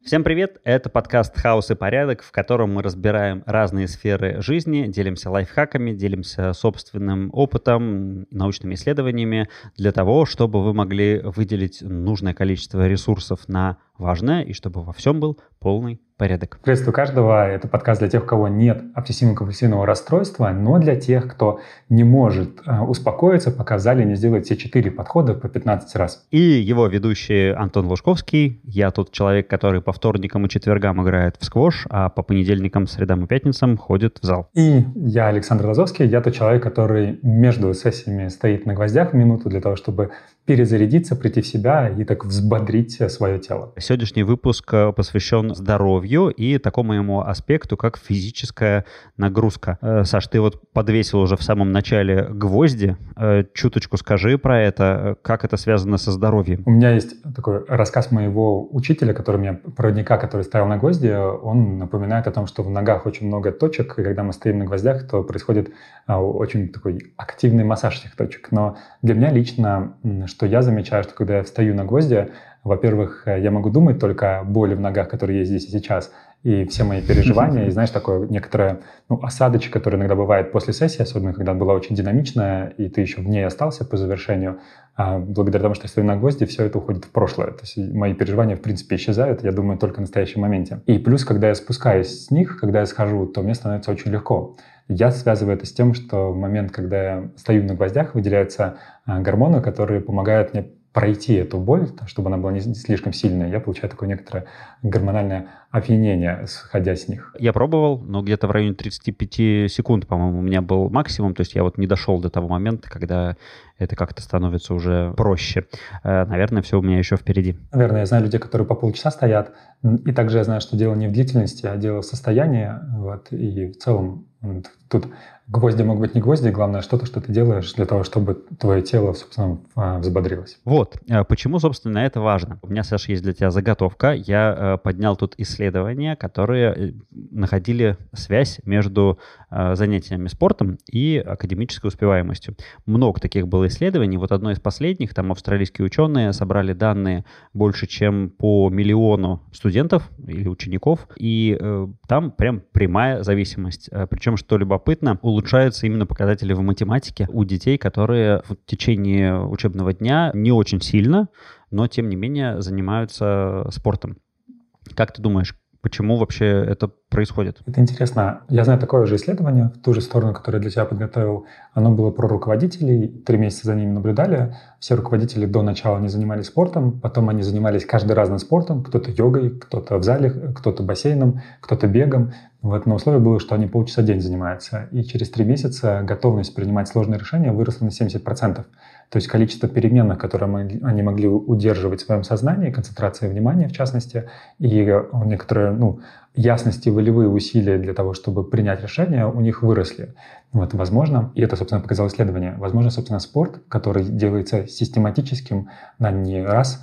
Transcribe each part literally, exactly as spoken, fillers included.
Всем привет! Это подкаст «Хаос и порядок», в котором мы разбираем разные сферы жизни, делимся лайфхаками, делимся собственным опытом, научными исследованиями для того, чтобы вы могли выделить нужное количество ресурсов на важное и чтобы во всем был полный порядок. Приветствую каждого. Это подкаст для тех, у кого нет обсессивно-компульсивного расстройства, но для тех, кто не может э, успокоиться, пока в зале не сделает все четыре подхода по пятнадцать раз. И его ведущий Антон Лужковский. Я тот человек, который по вторникам и четвергам играет в сквош, а по понедельникам, средам и пятницам ходит в зал. И я Александр Лазовский. Я тот человек, который между сессиями стоит на гвоздях минуту для того, чтобы перезарядиться, прийти в себя и так взбодрить свое тело. Сегодняшний выпуск посвящен здоровью и такому ему аспекту, как физическая нагрузка. Саш, ты вот подвесил уже в самом начале гвозди. Чуточку скажи про это, как это связано со здоровьем. У меня есть такой рассказ моего учителя, который меня, проводника, который ставил на гвозди. Он напоминает о том, что в ногах очень много точек, и когда мы стоим на гвоздях, то происходит очень такой активный массаж этих точек. Но для меня лично, что я замечаю, что когда я встаю на гвозди, во-первых, я могу думать только о боли в ногах, которые есть здесь и сейчас, и все мои переживания, и знаешь, такое некоторое ну, осадочек, который иногда бывает после сессии, особенно когда была очень динамичная, и ты еще в ней остался по завершению, а благодаря тому, что я стою на гвозди, все это уходит в прошлое. То есть мои переживания, в принципе, исчезают, я думаю только в настоящем моменте. И плюс, когда я спускаюсь с них, когда я схожу, то мне становится очень легко. Я связываю это с тем, что в момент, когда я стою на гвоздях, выделяются гормоны, которые помогают мне пройти эту боль, чтобы она была не слишком сильная, я получаю такое некоторое гормональное опьянение, сходя с них. Я пробовал, но где-то в районе тридцать пять секунд, по-моему, у меня был максимум, то есть я вот не дошел до того момента, когда это как-то становится уже проще. Наверное, все у меня еще впереди. Наверное, я знаю людей, которые по полчаса стоят, и также я знаю, что дело не в длительности, а дело в состоянии, вот, и в целом тут гвозди могут быть не гвозди, главное что-то, что ты делаешь для того, чтобы твое тело, собственно, взбодрилось. Вот. Почему, собственно, это важно? У меня, Саша, есть для тебя заготовка. Я поднял тут исследования, которые находили связь между занятиями спортом и академической успеваемостью. Много таких было исследований. Вот одно из последних, там австралийские ученые собрали данные больше, чем по миллиону студентов или учеников, и э, там прям прямая зависимость. Причем, что любопытно, улучшаются именно показатели в математике у детей, которые в течение учебного дня не очень сильно, но тем не менее занимаются спортом. Как ты думаешь, почему вообще это происходит? Это интересно. Я знаю такое же исследование, в ту же сторону, которое я для тебя подготовил. Оно было про руководителей. Три месяца за ними наблюдали. Все руководители до начала не занимались спортом. Потом они занимались каждый разным спортом. Кто-то йогой, кто-то в зале, кто-то бассейном, кто-то бегом. Вот, но условие было, что они полчаса в день занимаются. И через три месяца готовность принимать сложные решения выросла на семьдесят процентов. То есть количество переменных, которые мы, они могли удерживать в своем сознании, концентрация внимания в частности, и некоторые ну, ясности, волевые усилия для того, чтобы принять решение, у них выросли. Вот, возможно, и это, собственно, показало исследование, возможно, собственно, спорт, который делается систематическим, на не раз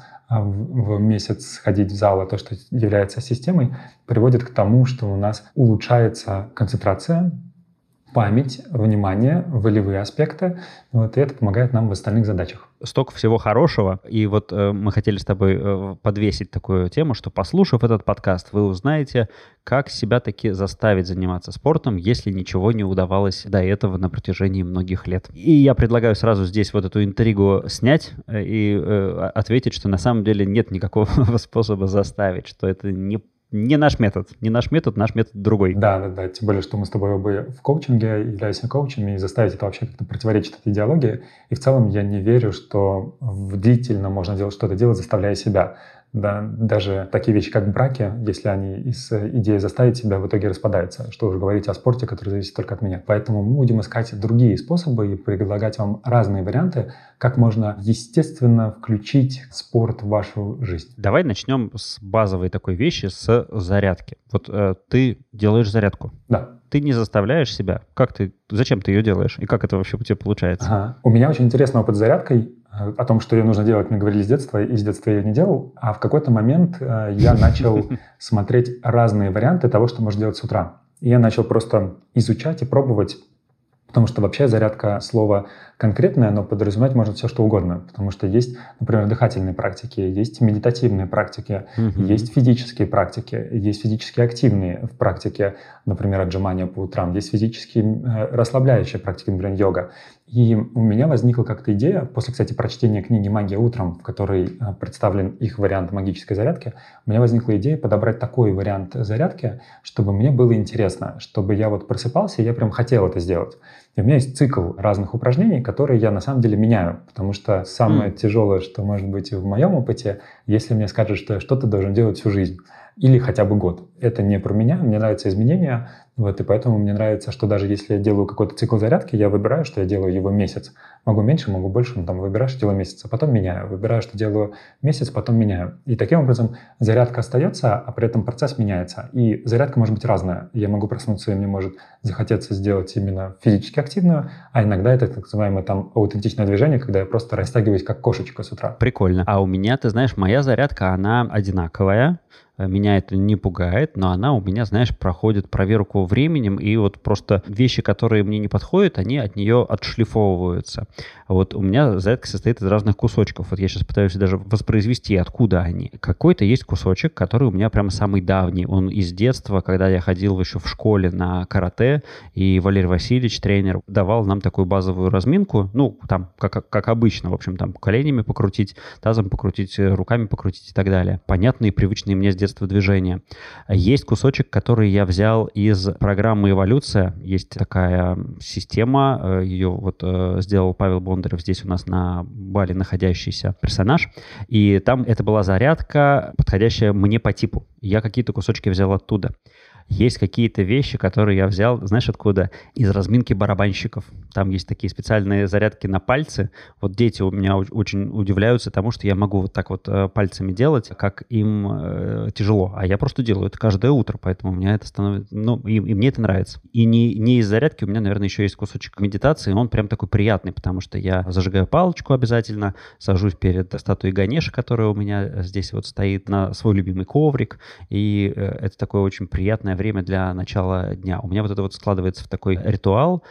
в месяц ходить в зал, а то, что является системой, приводит к тому, что у нас улучшается концентрация, память, внимание, волевые аспекты, вот, и это помогает нам в остальных задачах. Столько всего хорошего, и вот э, мы хотели с тобой э, подвесить такую тему, что, послушав этот подкаст, вы узнаете, как себя таки заставить заниматься спортом, если ничего не удавалось до этого на протяжении многих лет. И я предлагаю сразу здесь вот эту интригу снять и э, ответить, что на самом деле нет никакого способа заставить, что это не Не наш метод. Не наш метод, наш метод другой. Да, да, да. Тем более, что мы с тобой оба в коучинге, являемся коучами, и заставить это вообще как-то противоречит этой идеологии. И в целом я не верю, что длительно можно делать что-то делать, заставляя себя. Да, даже такие вещи, как браки, если они из идеи заставить себя, в итоге распадаются. Что уже говорить о спорте, который зависит только от меня. Поэтому мы будем искать другие способы и предлагать вам разные варианты, как можно естественно включить спорт в вашу жизнь. Давай начнем с базовой такой вещи, с зарядки. Вот э, ты делаешь зарядку. Да. Ты не заставляешь себя. Как ты, зачем ты ее делаешь? И как это вообще у тебя получается? Ага. У меня очень интересный опыт с зарядкой. О том, что ее нужно делать, мне говорили с детства, и с детства я ее не делал. А в какой-то момент я начал смотреть разные варианты того, что можно делать с утра. И я начал просто изучать и пробовать Потому что вообще зарядка слово конкретное, но подразумевать может все что угодно. Потому что есть, например, дыхательные практики, есть медитативные практики, mm-hmm. есть физические практики, есть физически активные в практике, например, отжимания по утрам, есть физически расслабляющие практики, например, йога. И у меня возникла как-то идея, после, кстати, прочтения книги «Магия утром», в которой представлен их вариант магической зарядки, у меня возникла идея подобрать такой вариант зарядки, чтобы мне было интересно, чтобы я вот просыпался, и я прям хотел это сделать. И у меня есть цикл разных упражнений, которые я на самом деле меняю, потому что самое mm. тяжелое, что может быть в моем опыте, если мне скажут, что я что-то должен делать всю жизнь или хотя бы год. Это не про меня, мне нравятся изменения, вот, и поэтому мне нравится, что даже если я делаю какой-то цикл зарядки, я выбираю, что я делаю его месяц. Могу меньше, могу больше, но там выбираю, что делаю месяц, а потом меняю. Выбираю, что делаю месяц, потом меняю. И таким образом зарядка остается, а при этом процесс меняется. И зарядка может быть разная. Я могу проснуться, и мне может захотеться сделать именно физически активную, а иногда это так называемое там аутентичное движение, когда я просто растягиваюсь как кошечка с утра. Прикольно. А у меня, ты знаешь, моя зарядка, она одинаковая. Меня это не пугает, но она у меня, знаешь, проходит проверку временем, и вот просто вещи, которые мне не подходят, они от нее отшлифовываются. Вот у меня зарядка состоит из разных кусочков. Вот я сейчас пытаюсь даже воспроизвести, откуда они. Какой-то есть кусочек, который у меня прямо самый давний. Он из детства, когда я ходил еще в школе на карате, и Валерий Васильевич, тренер, давал нам такую базовую разминку, ну, там, как, как обычно, в общем, там, коленями покрутить, тазом покрутить, руками покрутить и так далее. Понятные, привычные мне с детства движения. Есть кусочек, который я взял из программы «Эволюция». Есть такая система, ее вот сделал Павел Бондарев, здесь у нас на Бали находящийся персонаж. И там это была зарядка, подходящая мне по типу. Я какие-то кусочки взял оттуда. Есть какие-то вещи, которые я взял, знаешь, откуда? Из разминки барабанщиков. Там есть такие специальные зарядки на пальцы. Вот дети у меня очень удивляются тому, что я могу вот так вот пальцами делать, как им э, тяжело. А я просто делаю это каждое утро, поэтому у меня это становится... Ну, и, и мне это нравится. И не, не из зарядки, у меня, наверное, еще есть кусочек медитации, он прям такой приятный, потому что я зажигаю палочку обязательно, сажусь перед статуей Ганеши, которая у меня здесь вот стоит, на свой любимый коврик, и э, это такое очень приятное время для начала дня. У меня вот это вот складывается в такой ритуал,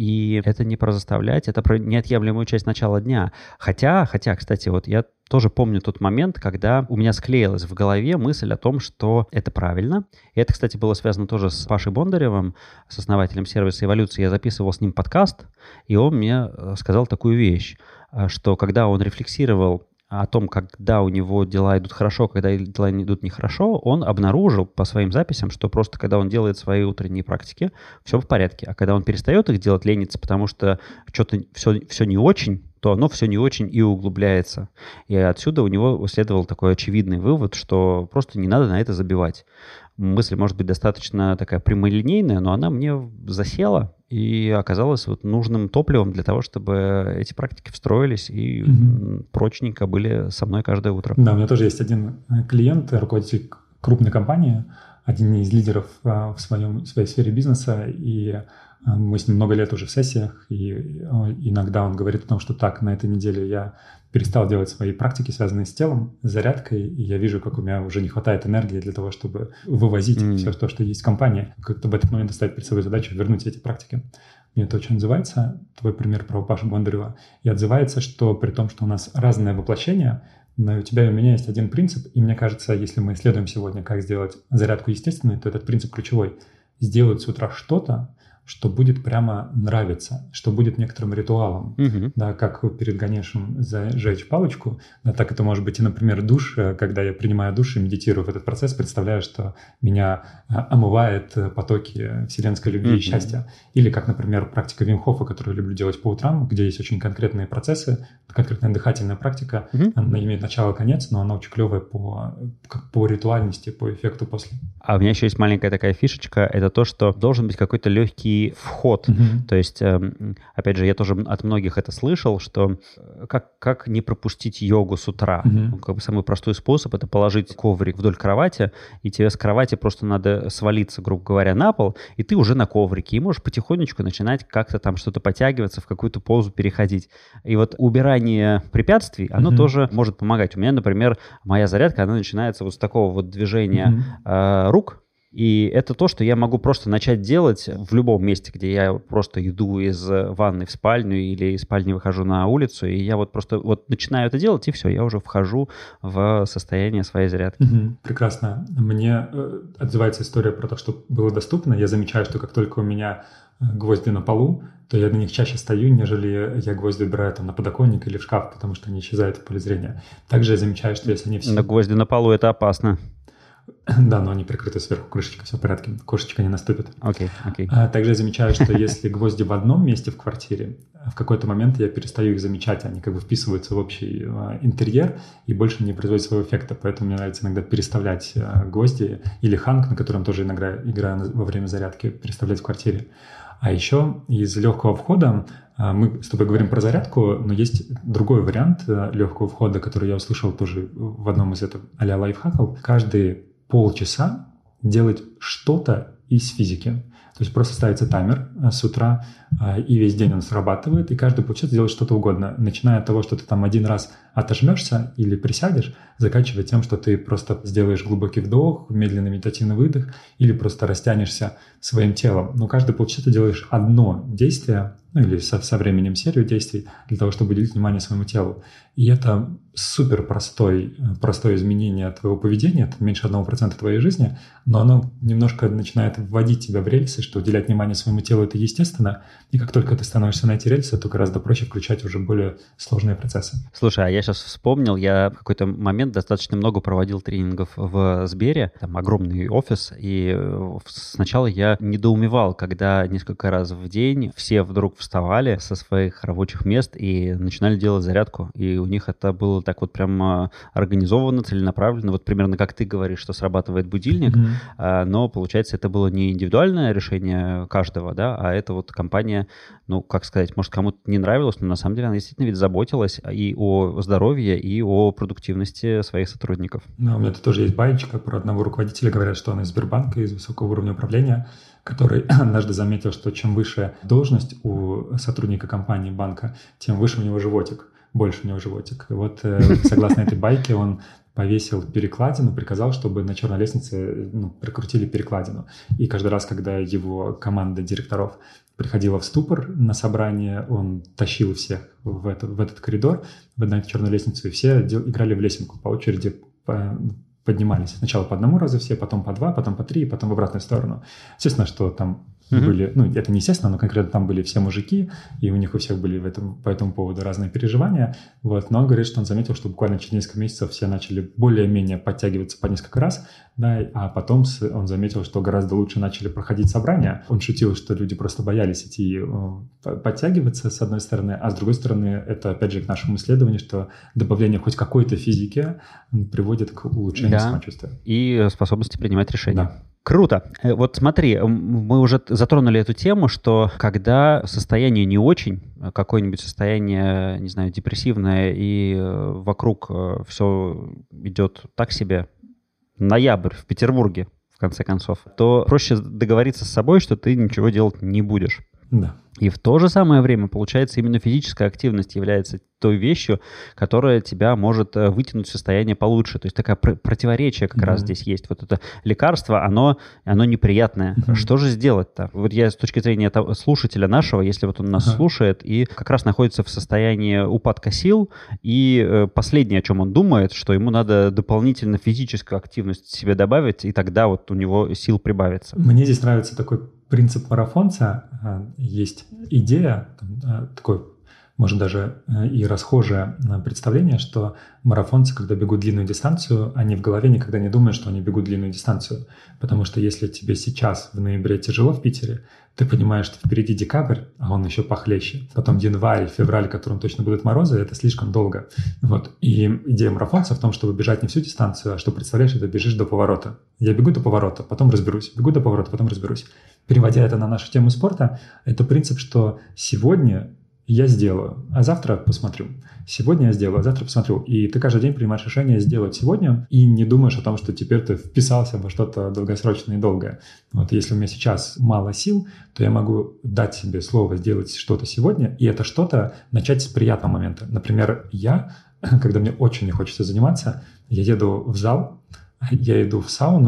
и это не про заставлять, это про неотъемлемую часть начала дня. Хотя, хотя, кстати, вот я тоже помню тот момент, когда у меня склеилась в голове мысль о том, что это правильно. И это, кстати, было связано тоже с Пашей Бондаревым, с основателем сервиса «Эволюция». Я записывал с ним подкаст, и он мне сказал такую вещь, что когда он рефлексировал о том, когда у него дела идут хорошо, когда дела идут нехорошо, он обнаружил по своим записям, что просто когда он делает свои утренние практики, все в порядке. А когда он перестает их делать, ленится, потому что что-то все, все не очень, то оно все не очень и углубляется. И отсюда у него следовал такой очевидный вывод, что просто не надо на это забивать. Мысль может быть достаточно такая прямолинейная, но она мне засела и оказалась вот нужным топливом для того, чтобы эти практики встроились и угу. прочненько были со мной каждое утро. Да, у меня тоже есть один клиент, руководитель крупной компании, один из лидеров в, своем, в своей сфере бизнеса, и мы с ним много лет уже в сессиях, и иногда он говорит о том, что так, на этой неделе я перестал делать свои практики, связанные с телом, с зарядкой, и я вижу, как у меня уже не хватает энергии для того, чтобы вывозить mm. все то, что есть в компании. Как-то в этот момент ставить перед собой задачу вернуть эти практики. Мне это очень отзывается, твой пример про Пашу Бондарева, и отзывается, что при том, что у нас разное воплощение, но у тебя и у меня есть один принцип, и мне кажется, если мы исследуем сегодня, как сделать зарядку естественной, то этот принцип ключевой. Сделать с утра что-то, что будет прямо нравиться, что будет некоторым ритуалом. Uh-huh. Да, как перед Ганешем зажечь палочку, да, так это может быть и, например, душ. Когда я принимаю душ и медитирую в этот процесс, представляю, что меня омывает потоки вселенской любви uh-huh. и счастья. Или как, например, практика Вим Хофа, которую я люблю делать по утрам, где есть очень конкретные процессы, конкретная дыхательная практика. Uh-huh. Она имеет начало и конец, но она очень клевая по, по ритуальности, по эффекту после. А у меня еще есть маленькая такая фишечка, это то, что должен быть какой-то легкий вход. Mm-hmm. То есть, опять же, я тоже от многих это слышал, что как, как не пропустить йогу с утра? Mm-hmm. Как бы самый простой способ — это положить коврик вдоль кровати, и тебе с кровати просто надо свалиться, грубо говоря, на пол, и ты уже на коврике, и можешь потихонечку начинать как-то там что-то подтягиваться, в какую-то позу переходить. И вот убирание препятствий, оно mm-hmm. тоже может помогать. У меня, например, моя зарядка, она начинается вот с такого вот движения mm-hmm. э, рук, И это то, что я могу просто начать делать в любом месте, где я просто иду из ванной в спальню или из спальни выхожу на улицу, и я вот просто вот начинаю это делать, и все, я уже вхожу в состояние своей зарядки. Угу, прекрасно. Мне э, отзывается история про то, что было доступно. Я замечаю, что как только у меня гвозди на полу, то я на них чаще стою, нежели я гвозди убираю там на подоконник или в шкаф, потому что они исчезают в поле зрения. Также я замечаю, что если они все... Но гвозди на полу — это опасно. Да, но они прикрыты сверху крышечкой, все в порядке, кошечка не наступит. Окей, окей. А также я замечаю, что если гвозди в одном месте в квартире, в какой-то момент я перестаю их замечать, они как бы вписываются в общий интерьер и больше не производят своего эффекта, поэтому мне нравится иногда переставлять гвозди или ханг, на котором тоже иногда играю во время зарядки, переставлять в квартире. А еще из легкого входа, мы с тобой говорим про зарядку, но есть другой вариант легкого входа, который я услышал тоже в одном из этих а-ля лайфхаков. Каждые полчаса делать что-то из физики. То есть просто ставится таймер с утра, и весь день он срабатывает, и каждый полчаса делать что-то угодно. Начиная от того, что ты там один раз отожмешься или присядешь, заканчивая тем, что ты просто сделаешь глубокий вдох, медленный медитативный выдох, или просто растянешься своим телом. Но каждые полчаса ты делаешь одно действие, ну или со, со временем серию действий, для того, чтобы уделить внимание своему телу. И это супер простой, простое изменение твоего поведения, это меньше одного процента твоей жизни, но оно немножко начинает вводить тебя в рельсы, что уделять внимание своему телу – это естественно, и как только ты становишься на эти рельсы, то гораздо проще включать уже более сложные процессы. Слушай, а я сейчас вспомнил, я в какой-то момент достаточно много проводил тренингов в Сбере, там огромный офис, и сначала я недоумевал, когда несколько раз в день все вдруг вставали со своих рабочих мест и начинали делать зарядку, и у них это было так вот прям организованно, целенаправленно, вот примерно как ты говоришь, что срабатывает будильник, mm-hmm. но получается это было не индивидуальное решение каждого, да, а это вот компания, ну, как сказать, может, кому-то не нравилось, но на самом деле она действительно ведь заботилась и о здоровье, и о продуктивности своих сотрудников. Ну, у меня тут тоже есть баечка про одного руководителя, говорят, что он из Сбербанка, из высокого уровня управления, который однажды заметил, что чем выше должность у сотрудника компании банка, тем выше у него животик, больше у него животик. И вот согласно этой байке он повесил перекладину, приказал, чтобы на черной лестнице ну, прикрутили перекладину. И каждый раз, когда его команда директоров приходила в ступор на собрание, он тащил всех в этот, в этот коридор, в одну черную лестницу, и все дел, играли в лесенку, по очереди по, поднимались. Сначала по одному разу все, потом по два, потом по три, потом в обратную сторону. Естественно, что там Mm-hmm. были, ну, это не естественно, но конкретно там были все мужики, и у них у всех были в этом, по этому поводу разные переживания. Вот. Но он говорит, что он заметил, что буквально через несколько месяцев все начали более-менее подтягиваться по несколько раз, да, а потом он заметил, что гораздо лучше начали проходить собрания. Он шутил, что люди просто боялись идти подтягиваться, с одной стороны, а с другой стороны, это опять же к нашему исследованию, что добавление хоть какой-то физики приводит к улучшению да. самочувствия. И способности принимать решения. Да. Круто. Вот смотри, мы уже затронули эту тему, что когда состояние не очень, какое-нибудь состояние, не знаю, депрессивное, и вокруг все идет так себе, ноябрь в Петербурге, в конце концов, то проще договориться с собой, что ты ничего делать не будешь. Да. И в то же самое время, получается, именно физическая активность является той вещью, которая тебя может вытянуть в состояние получше. То есть такое пр- противоречие как mm-hmm. раз здесь есть. Вот это лекарство, оно, оно неприятное. Mm-hmm. Что же сделать-то? Вот я с точки зрения того, слушателя нашего, если вот он нас uh-huh. слушает и как раз находится в состоянии упадка сил, и э, последнее, о чем он думает, что ему надо дополнительно физическую активность себе добавить, и тогда вот у него сил прибавится. Мне здесь нравится такой принцип марафонца. Есть идея, такой, может, даже и расхожее представление, что марафонцы, когда бегут длинную дистанцию, они в голове никогда не думают, что они бегут длинную дистанцию. Потому что если тебе сейчас в ноябре тяжело в Питере, ты понимаешь, что впереди декабрь, а он еще похлеще. Потом январь, февраль, которым точно будут морозы, это слишком долго. Вот. И идея марафонца в том, чтобы бежать не всю дистанцию, а что, представляешь, ты бежишь до поворота. Я бегу до поворота, потом разберусь. Бегу до поворота, потом разберусь. Переводя это на нашу тему спорта, это принцип, что сегодня я сделаю, а завтра посмотрю. Сегодня я сделаю, а завтра посмотрю. И ты каждый день принимаешь решение сделать сегодня и не думаешь о том, что теперь ты вписался во что-то долгосрочное и долгое. Вот если у меня сейчас мало сил, то я могу дать себе слово сделать что-то сегодня, и это что-то начать с приятного момента. Например, я, когда мне очень не хочется заниматься, я еду в зал, я иду в сауну,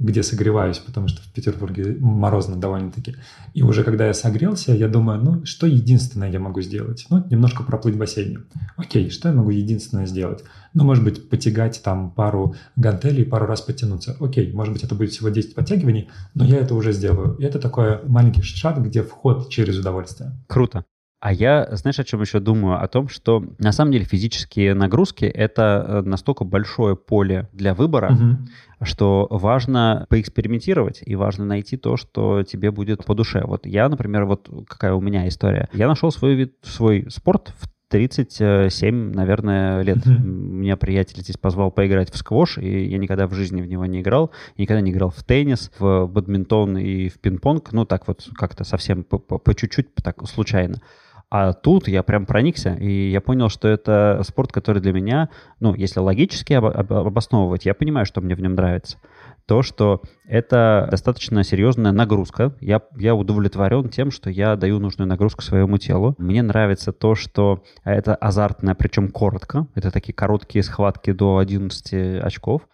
где согреваюсь, потому что в Петербурге морозно довольно-таки. И уже когда я согрелся, я думаю, ну, что единственное я могу сделать? Ну, немножко проплыть в бассейне. Окей, что я могу единственное сделать? Ну, может быть, потягать там пару гантелей, пару раз подтянуться. Окей, может быть, это будет всего десять подтягиваний, но я это уже сделаю. И это такой маленький шаг, где вход через удовольствие. Круто. А я, знаешь, о чем еще думаю? О том, что на самом деле физические нагрузки — это настолько большое поле для выбора, угу. что важно поэкспериментировать и важно найти то, что тебе будет по душе. Вот я, например, вот какая у меня история. Я нашел свой вид, свой спорт в тридцать семь, наверное, лет. Mm-hmm. Меня приятель здесь позвал поиграть в сквош, и я никогда в жизни в него не играл. Я никогда не играл в теннис, в бадминтон и в пинг-понг. Ну, так вот как-то совсем по, по, по чуть-чуть, так случайно. А тут я прям проникся, и я понял, что это спорт, который для меня, ну, если логически об, об, обосновывать, я понимаю, что мне в нем нравится. То, что это достаточно серьезная нагрузка. Я, я удовлетворен тем, что я даю нужную нагрузку своему телу. Мне нравится то, что это азартное, причем коротко. Это такие короткие схватки до одиннадцати очков.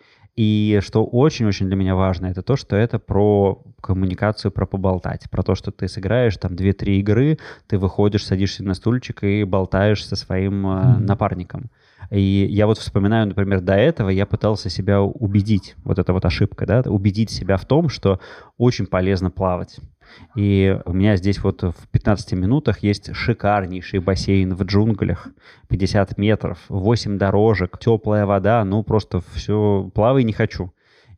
И что очень-очень для меня важно, это то, что это про коммуникацию, про поболтать. Про то, что ты сыграешь там две-три игры, ты выходишь, садишься на стульчик и болтаешь со своим mm-hmm. напарником. И я вот вспоминаю, например, до этого я пытался себя убедить, вот эта вот ошибка, да, убедить себя в том, что очень полезно плавать. И у меня здесь вот в пятнадцати минутах есть шикарнейший бассейн в джунглях, пятьдесят метров, восемь дорожек, теплая вода, ну просто все, плавай не хочу.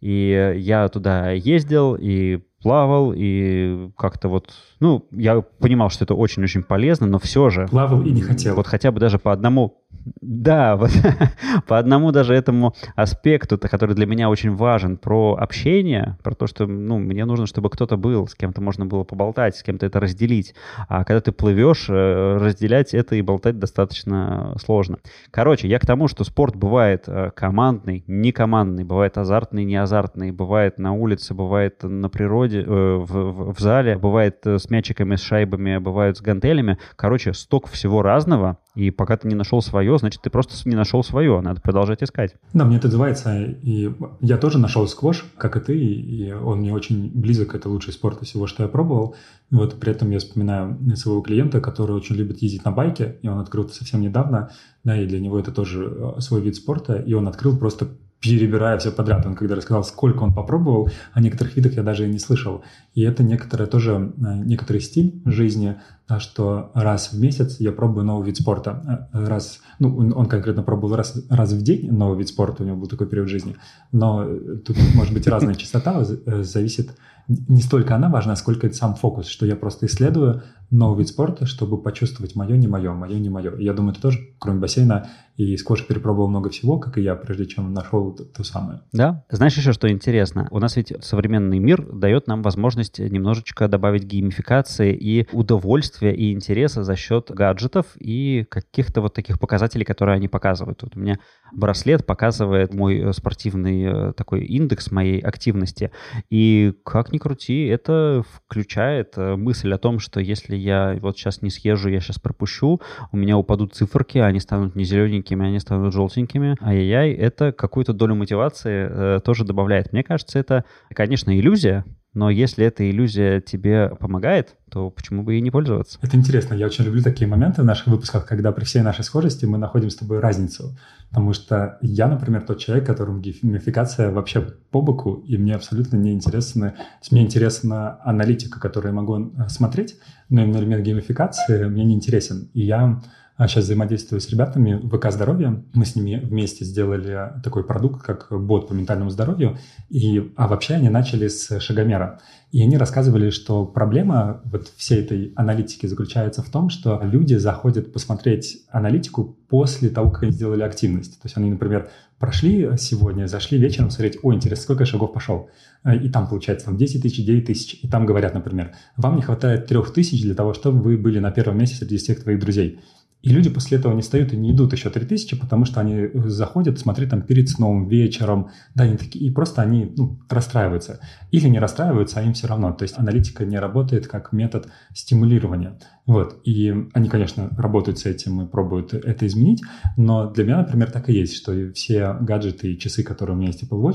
И я туда ездил и плавал, и как-то вот, ну, я понимал, что это очень-очень полезно, но все же... Плавал и не хотел. Вот хотя бы даже по одному... Да, вот по одному даже этому аспекту, который для меня очень важен, про общение, про то, что, ну, мне нужно, чтобы кто-то был, с кем-то можно было поболтать, с кем-то это разделить. А когда ты плывешь, разделять это и болтать достаточно сложно. Короче, я к тому, что спорт бывает командный, не командный, бывает азартный, не азартный, бывает на улице, бывает на природе, в, в, в зале, бывает с мячиками, с шайбами, бывает с гантелями. Короче, столько всего разного, и пока ты не нашел свое, значит, ты просто не нашел свое, надо продолжать искать. Да, мне это называется, и я тоже нашел сквош, как и ты, и он мне очень близок, это лучший спорт из всего, что я пробовал. Вот при этом я вспоминаю своего клиента, который очень любит ездить на байке, и он открыл это совсем недавно, да, и для него это тоже свой вид спорта, и он открыл просто перебирая все подряд. Он когда рассказал, сколько он попробовал, о некоторых видах я даже и не слышал. И это некоторое тоже, некоторый стиль жизни, да, что раз в месяц я пробую новый вид спорта. Раз, ну, он конкретно пробовал раз, раз в день новый вид спорта, у него был такой период жизни. Но тут может быть разная частота, зависит, не столько она важна, сколько это сам фокус, что я просто исследую новый вид спорта, чтобы почувствовать мое, не мое, мое, не мое. Я думаю, ты тоже, кроме бассейна и сквоша, перепробовал много всего, как и я, прежде чем нашел то, то самое. Да. Знаешь еще, что интересно? У нас ведь современный мир дает нам возможность немножечко добавить геймификации и удовольствия, и интереса за счет гаджетов и каких-то вот таких показателей, которые они показывают. Вот у меня браслет показывает мой спортивный такой индекс моей активности. И как ни крути, это включает мысль о том, что если я вот сейчас не съезжу, я сейчас пропущу, у меня упадут циферки, они станут не зелененькими, они станут желтенькими. Ай-яй-яй, это какую-то долю мотивации э, тоже добавляет. Мне кажется, это, конечно, иллюзия, но если эта иллюзия тебе помогает, то почему бы ей не пользоваться? Это интересно. Я очень люблю такие моменты в наших выпусках, когда при всей нашей схожести мы находим с тобой разницу. Потому что я, например, тот человек, которому геймификация вообще по боку, и мне абсолютно не интересно. То есть мне интересна аналитика, которую я могу смотреть, но именно элемент геймификации мне не интересен. И я сейчас взаимодействую с ребятами в ВК «Здоровье». Мы с ними вместе сделали такой продукт, как бот по ментальному здоровью. И, а вообще они начали с шагомера. И они рассказывали, что проблема вот всей этой аналитики заключается в том, что люди заходят посмотреть аналитику после того, как они сделали активность. То есть они, например, прошли сегодня, зашли вечером смотреть, ой, интересно, сколько я шагов пошел. И там получается там десять тысяч, девять тысяч. И там говорят, например, вам не хватает трех тысяч для того, чтобы вы были на первом месте среди всех твоих друзей. И люди после этого не встают и не идут еще три тысячи, потому что они заходят смотреть там перед сном, вечером, да, они такие, и просто они ну, расстраиваются. Или не расстраиваются, а им все равно. То есть аналитика не работает как метод стимулирования. Вот. И они, конечно, работают с этим и пробуют это изменить, но для меня, например, так и есть, что все гаджеты и часы, которые у меня есть Apple Watch,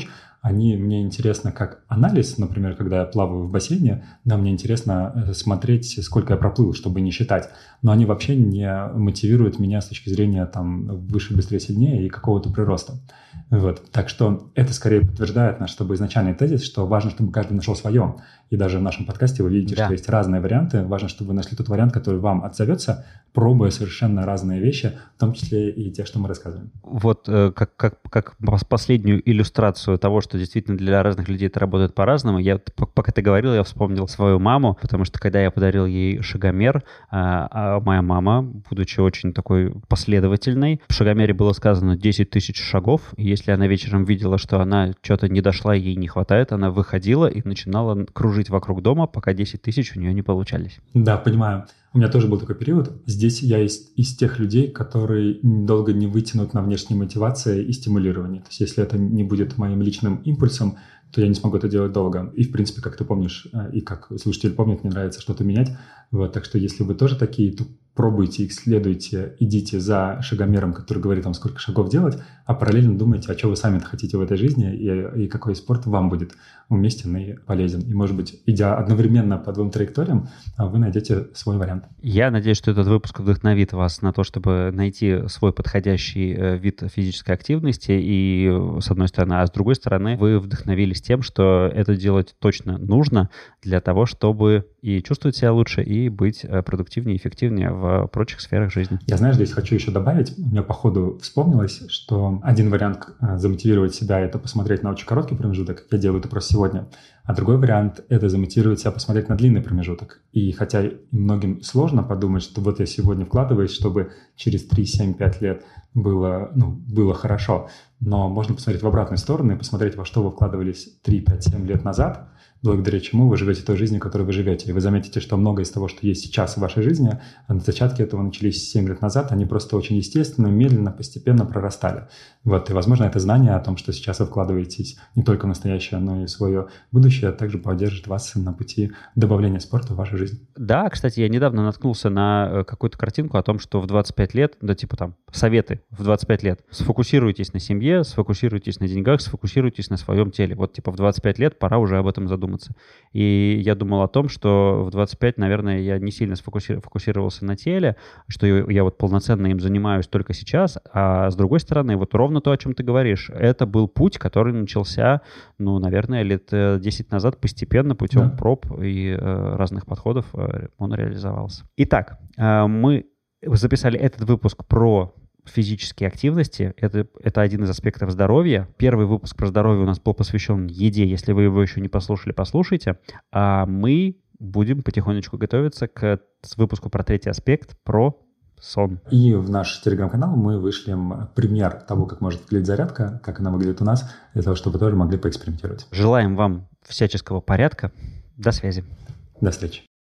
они мне интересны как анализ, например, когда я плаваю в бассейне, да, мне интересно смотреть, сколько я проплыл, чтобы не считать, но они вообще не мотивируют меня с точки зрения там выше, быстрее, сильнее и какого-то прироста. Вот. Так что это скорее подтверждает наш с тобой изначальный тезис, что важно, чтобы каждый нашел свое. И даже в нашем подкасте вы видите, да. что есть разные варианты. Важно, чтобы вы нашли тот вариант, который вам отзовется, пробуя совершенно разные вещи, в том числе и те, что мы рассказываем. Вот э, как, как, как последнюю иллюстрацию того, что действительно для разных людей это работает по-разному, я, пока ты говорил, я вспомнил свою маму, потому что когда я подарил ей шагомер, а, а моя мама, будучи очень такой последовательной, в шагомере было сказано десять тысяч шагов, и если она вечером видела, что она что-то не дошла, ей не хватает, она выходила и начинала кружить вокруг дома, пока десять тысяч у нее не получались. Да, понимаю. У меня тоже был такой период. Здесь я из, из тех людей, которые долго не вытянут на внешней мотивации и стимулировании. То есть если это не будет моим личным импульсом, то я не смогу это делать долго. И, в принципе, как ты помнишь, и как слушатель помнит, мне нравится что-то менять. Вот, так что если вы тоже такие, то пробуйте, исследуйте, идите за шагомером, который говорит вам, сколько шагов делать, а параллельно думайте, а что вы сами хотите в этой жизни и, и какой спорт вам будет уместен и полезен. И, может быть, идя одновременно по двум траекториям, вы найдете свой вариант. Я надеюсь, что этот выпуск вдохновит вас на то, чтобы найти свой подходящий вид физической активности, и с одной стороны, а с другой стороны, вы вдохновились тем, что это делать точно нужно для того, чтобы и чувствовать себя лучше, и быть продуктивнее и эффективнее в прочих сферах жизни. Я, знаешь, здесь хочу еще добавить, у меня по ходу вспомнилось, что один вариант замотивировать себя – это посмотреть на очень короткий промежуток, я делаю это просто сегодня, а другой вариант – это замотивировать себя посмотреть на длинный промежуток. И хотя многим сложно подумать, что вот я сегодня вкладываюсь, чтобы через три, семь, пять лет было, ну, было хорошо, но можно посмотреть в обратную сторону и посмотреть, во что вы вкладывались три, пять, семь лет назад, благодаря чему вы живете той жизнью, которой вы живете. И вы заметите, что многое из того, что есть сейчас в вашей жизни, зачатки этого начались семь лет назад, они просто очень естественно, медленно, постепенно прорастали. Вот, и, возможно, это знание о том, что сейчас вы вкладываетесь не только в настоящее, но и в свое будущее, также поддержит вас на пути добавления спорта в вашу жизнь. Да, кстати, я недавно наткнулся на какую-то картинку о том, что в двадцать пять лет, да типа там, советы в двадцать пять лет, сфокусируйтесь на семье, сфокусируйтесь на деньгах, сфокусируйтесь на своем теле. Вот типа в двадцать пять лет пора уже об этом задуматься. И я думал о том, что в двадцать пять, наверное, я не сильно сфокусировался на теле, что я вот полноценно им занимаюсь только сейчас, а с другой стороны, вот ровно то, о чем ты говоришь, это был путь, который начался, ну, наверное, лет десять назад постепенно путем да. проб и э, разных подходов он реализовался. Итак, э, мы записали этот выпуск про физические активности. Это, это один из аспектов здоровья. Первый выпуск про здоровье у нас был посвящен еде. Если вы его еще не послушали, послушайте. А мы будем потихонечку готовиться к выпуску про третий аспект, про сон. И в наш телеграм-канал мы вышлем пример того, как может выглядеть зарядка, как она выглядит у нас, для того, чтобы вы тоже могли поэкспериментировать. Желаем вам всяческого порядка. До связи. До встречи.